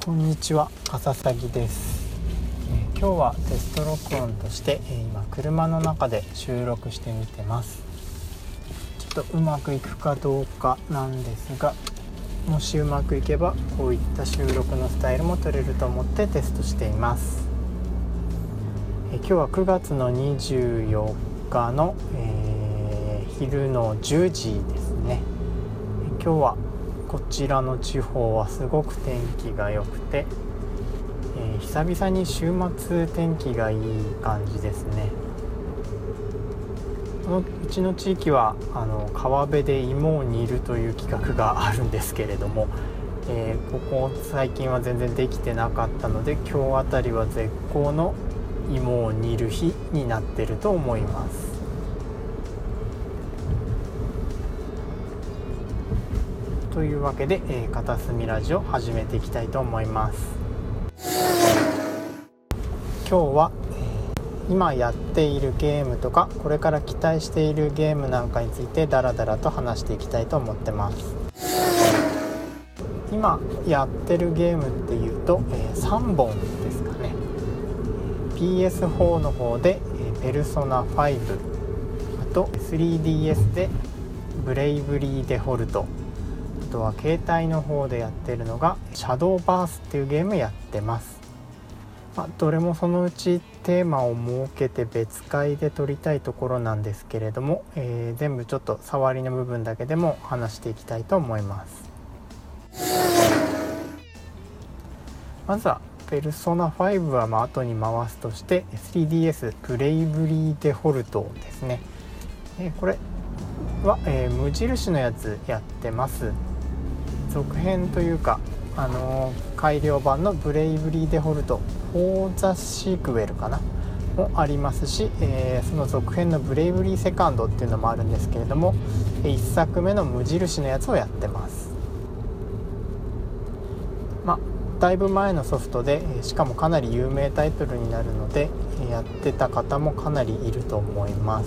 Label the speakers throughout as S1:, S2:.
S1: こんにちは、笠崎です。今日はテスト録音として、今車の中で収録してみてます。ちょっとうまくいくかどうかなんですが、もしうまくいけばこういった収録のスタイルも取れると思ってテストしています。今日は9月の24日の、昼の10時ですね。今日はこちらの地方はすごく天気が良くて、久々に週末天気がいい感じですね。うちの地域は川辺で芋を煮るという企画があるんですけれども、ここ最近は全然できてなかったので、今日あたりは絶好の芋を煮る日になっていると思います。というわけで、片隅ラジオ始めていきたいと思います。今日は、今やっているゲームとかこれから期待しているゲームなんかについてダラダラと話していきたいと思ってます。今やってるゲームっていうと、3本ですかね。 PS4 の方で、ペルソナ5、あと 3DS でブレイブリーデフォルト、あとは携帯の方でやってるのがシャドーバースっていうゲームやってます。どれもそのうちテーマを設けて別会で撮りたいところなんですけれども、全部ちょっと触りの部分だけでも話していきたいと思います。まずはペルソナ5は後に回すとして 3DS ブレイブリーデフォルトですね。これは、無印のやつやってます。続編というか、改良版のブレイブリーデフォルトフォーザシークウェルかなもありますし、その続編のブレイブリーセカンドっていうのもあるんですけれども、1作目の無印のやつをやってます。だいぶ前のソフトで、しかもかなり有名タイトルになるので、やってた方もかなりいると思います。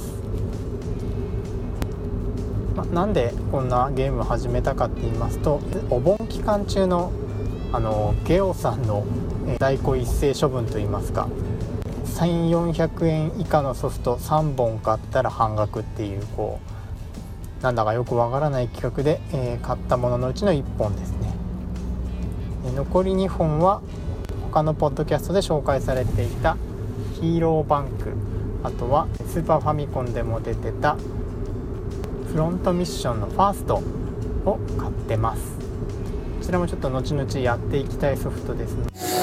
S1: なんでこんなゲームを始めたかって言いますと、お盆期間中のゲオさんの在庫一斉処分といいますか、1400円以下のソフト3本買ったら半額っていう、なんだかよくわからない企画で、買ったもののうちの1本ですね。残り2本は他のポッドキャストで紹介されていたヒーローバンク、あとはスーパーファミコンでも出てたフロントミッションのファーストを買ってます。こちらもちょっと後々やっていきたいソフトですね。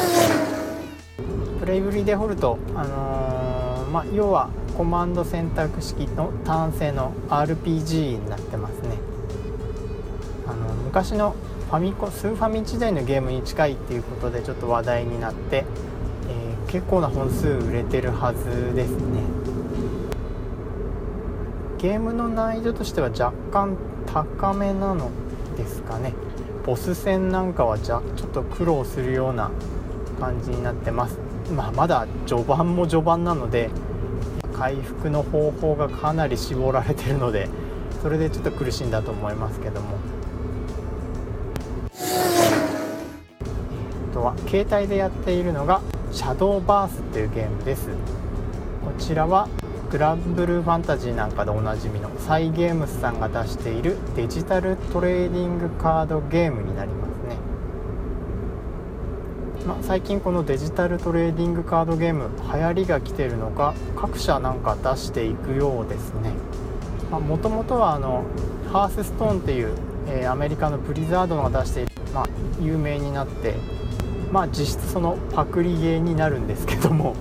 S1: ブレイブリーデフォルト、要はコマンド選択式のターン制の RPG になってますね。昔のスーファミ時代のゲームに近いっていうことでちょっと話題になって、結構な本数売れてるはずですね。ゲームの難易度としては若干高めなのですかね。ボス戦なんかはちょっと苦労するような感じになってます。まだ序盤も序盤なので、回復の方法がかなり絞られてるので、それでちょっと苦しいんだと思いますけども、あとは携帯でやっているのがシャドーバースっていうゲームです。こちらはグランブルーファンタジーなんかでおなじみのサイゲームスさんが出しているデジタルトレーディングカードゲームになりますね。最近このデジタルトレーディングカードゲーム流行りが来てるのか、各社なんか出していくようですね。もともとはハースストーンっていう、アメリカのブリザードが出している、有名になって、実質そのパクリゲーになるんですけども、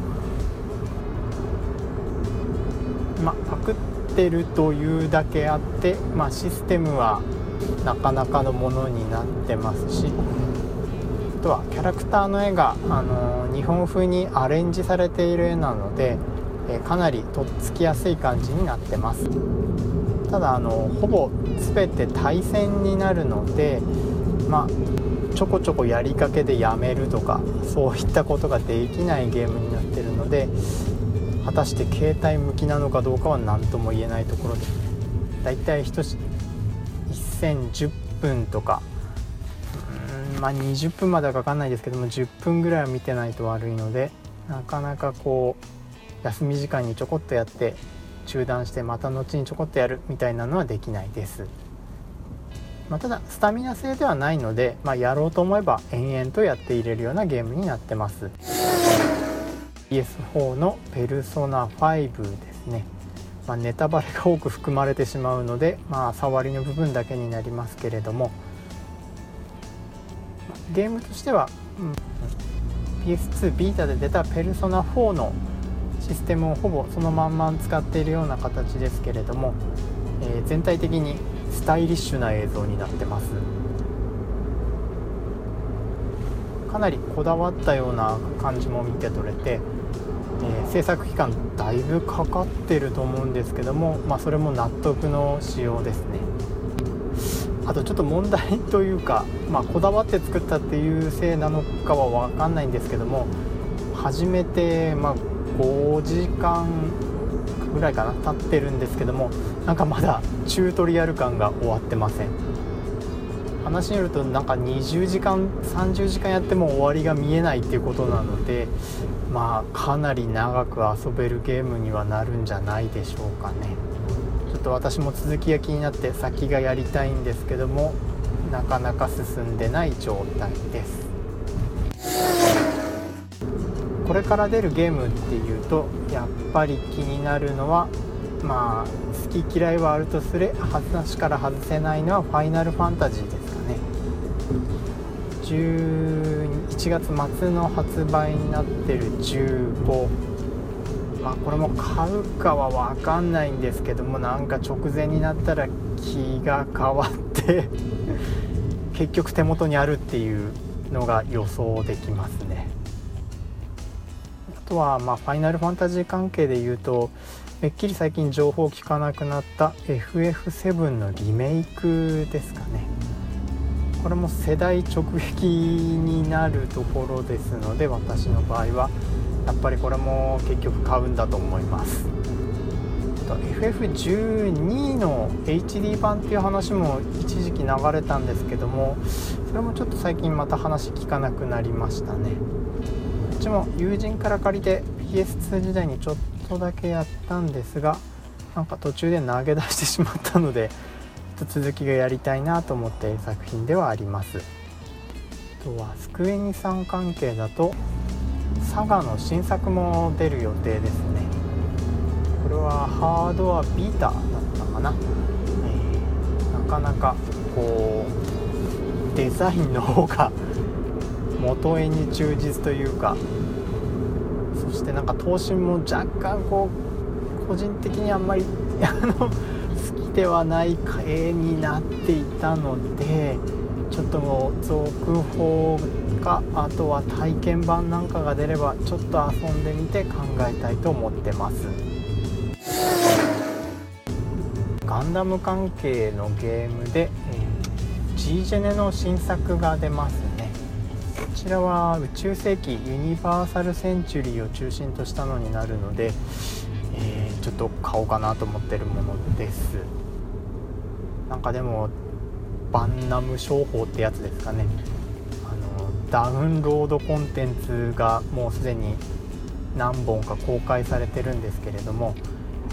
S1: パクってるというだけあって、システムはなかなかのものになってますし、あとはキャラクターの絵が、日本風にアレンジされている絵なので、かなりとっつきやすい感じになってます。ただほぼ全て対戦になるので、ちょこちょこやりかけでやめるとかそういったことができないゲームになっているので、果たして携帯向きなのかどうかは何とも言えないところですね。だいたい一戦10分とか、 20分まではかかんないですけども10分ぐらいは見てないと悪いので、なかなかこう休み時間にちょこっとやって中断してまた後にちょこっとやるみたいなのはできないです。ただスタミナ制ではないので、やろうと思えば延々とやっていれるようなゲームになってます。 PS4 のペルソナ5ですね。ネタバレが多く含まれてしまうので、触りの部分だけになりますけれども、ゲームとしては、PS2 ビータで出たペルソナ4のシステムをほぼそのまんま使っているような形ですけれども、全体的にスタイリッシュな映像になってます。かなりこだわったような感じも見て取れて、制作期間だいぶかかってると思うんですけども、それも納得の仕様ですね。あとちょっと問題というか、こだわって作ったっていうせいなのかは分かんないんですけども、初めて5時間ぐらいかな経ってるんですけども、なんかまだチュートリアル感が終わってません。話によるとなんか20時間30時間やっても終わりが見えないっていうことなので、かなり長く遊べるゲームにはなるんじゃないでしょうかね。ちょっと私も続きが気になって先がやりたいんですけども、なかなか進んでない状態です。これから出るゲームっていうとやっぱり気になるのは、好き嫌いはあるとすれ話から外せないのはファイナルファンタジーですかね。1月末の発売になってる15、これも買うかは分かんないんですけども、なんか直前になったら気が変わって結局手元にあるっていうのが予想できますね。あとはファイナルファンタジー関係で言うと、めっきり最近情報を聞かなくなった FF7 のリメイクですかね。これも世代直撃になるところですので、私の場合はやっぱりこれも結局買うんだと思います。FF12 の HD 版っていう話も一時期流れたんですけども、それもちょっと最近また話聞かなくなりましたね。こっちも友人から借りて PS2 時代にちょっとだけやったんですが、なんか途中で投げ出してしまったので、続きがやりたいなと思っている作品ではあります。あとはスクエニさん関係だとサガの新作も出る予定ですね。これはハードはビータだったかな。なかなかこうデザインの方が元絵に忠実というか、そしてなんか頭身も若干個人的にあんまり好きではない絵になっていたので、ちょっともう続報か、あとは体験版なんかが出ればちょっと遊んでみて考えたいと思ってます。ガンダム関係のゲームで、G ジェネの新作が出ますね。こちらは宇宙世紀ユニバーサルセンチュリーを中心としたのになるので、ちょっと買おうかなと思ってるものです。なんかでもバンナム商法ってやつですかね。ダウンロードコンテンツがもうすでに何本か公開されてるんですけれども、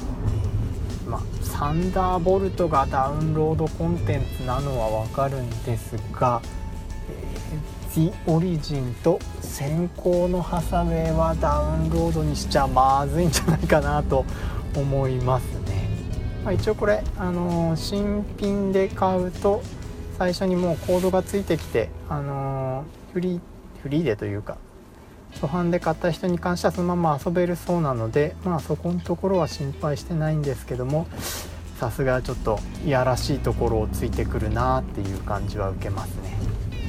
S1: サンダーボルトがダウンロードコンテンツなのはわかるんですが、The Origin と先行のハサウェイはダウンロードにしちゃまずいんじゃないかなと思いますね。一応これ、新品で買うと最初にもうコードがついてきて、フリーでというか初版で買った人に関してはそのまま遊べるそうなので、そこのところは心配してないんですけども、さすがちょっといやらしいところをついてくるなっていう感じは受けますね。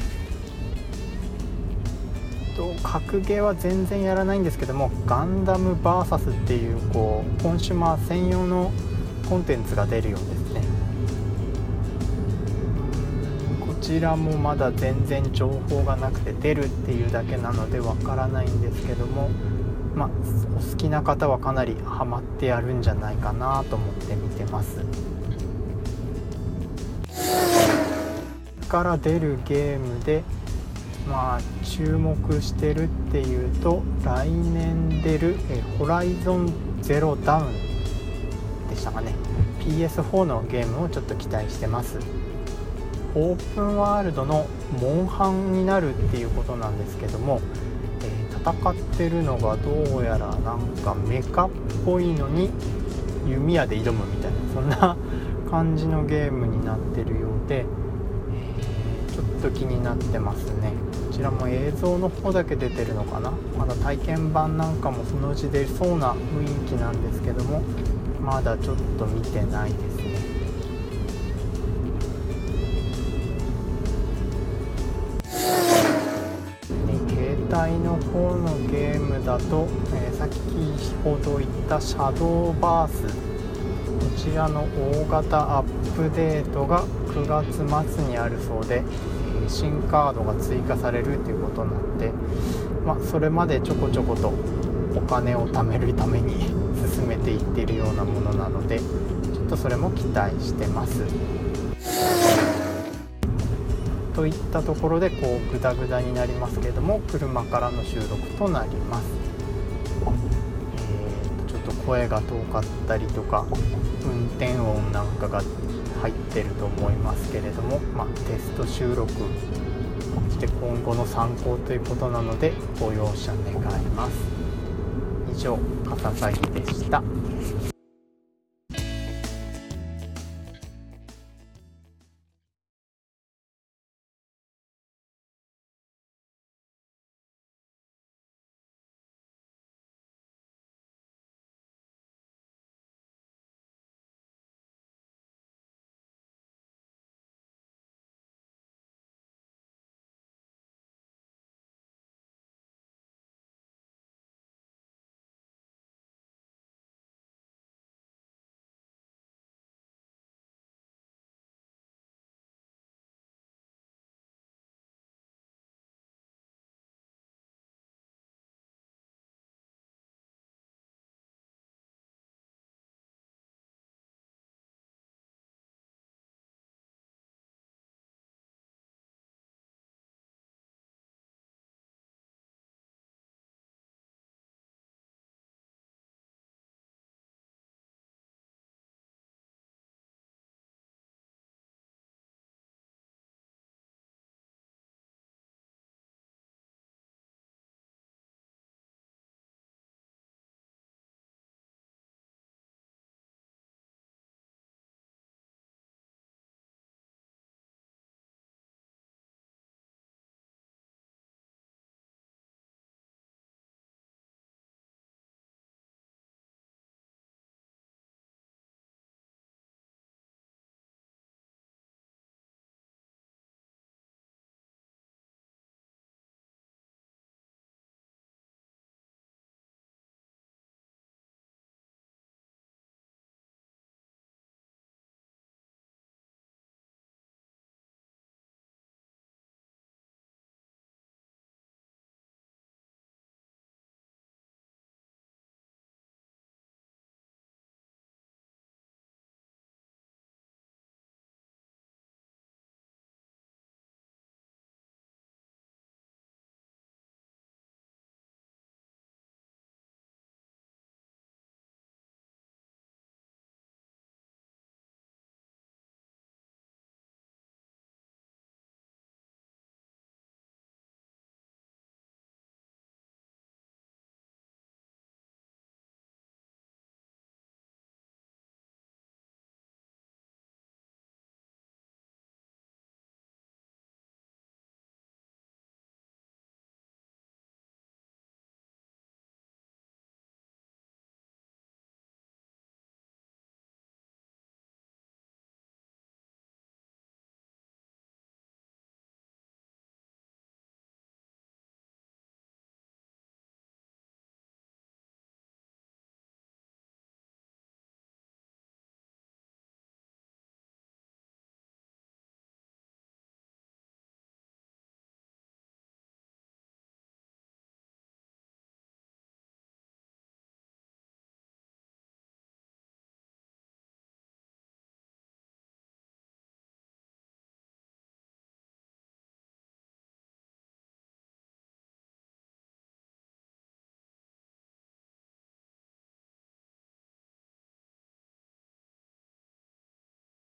S1: 格ゲーは全然やらないんですけども、ガンダム VS っていうコンシュマー専用のコンテンツが出るようですね。こちらもまだ全然情報がなくて、出るっていうだけなのでわからないんですけども、お好きな方はかなりハマってやるんじゃないかなと思って見てます。から出るゲームで注目してるっていうと、来年出るホライゾンゼロダウンでしたかね。 PS4 のゲームをちょっと期待してます。オープンワールドのモンハンになるっていうことなんですけども、戦ってるのがどうやらなんかメカっぽいのに弓矢で挑むみたいな、そんな感じのゲームになってるようで、ちょっと気になってますね。こちらも映像の方だけ出てるのかな。まだ体験版なんかもそのうち出そうな雰囲気なんですけども、まだちょっと見てないですね。携帯の方のゲームだと、先ほど言ったシャドーバース、こちらの大型アップデートが9月末にあるそうで、新カードが追加されるということなので、それまでちょこちょことお金を貯めるために進めていっているようなものなので、ちょっとそれも期待してます。といったところでグダグダになりますけれども、車からの収録となります。ちょっと声が遠かったりとか運転音なんかが入ってると思いますけれども、テスト収録、そして今後の参考ということなのでご容赦願います。以上、笠崎でした。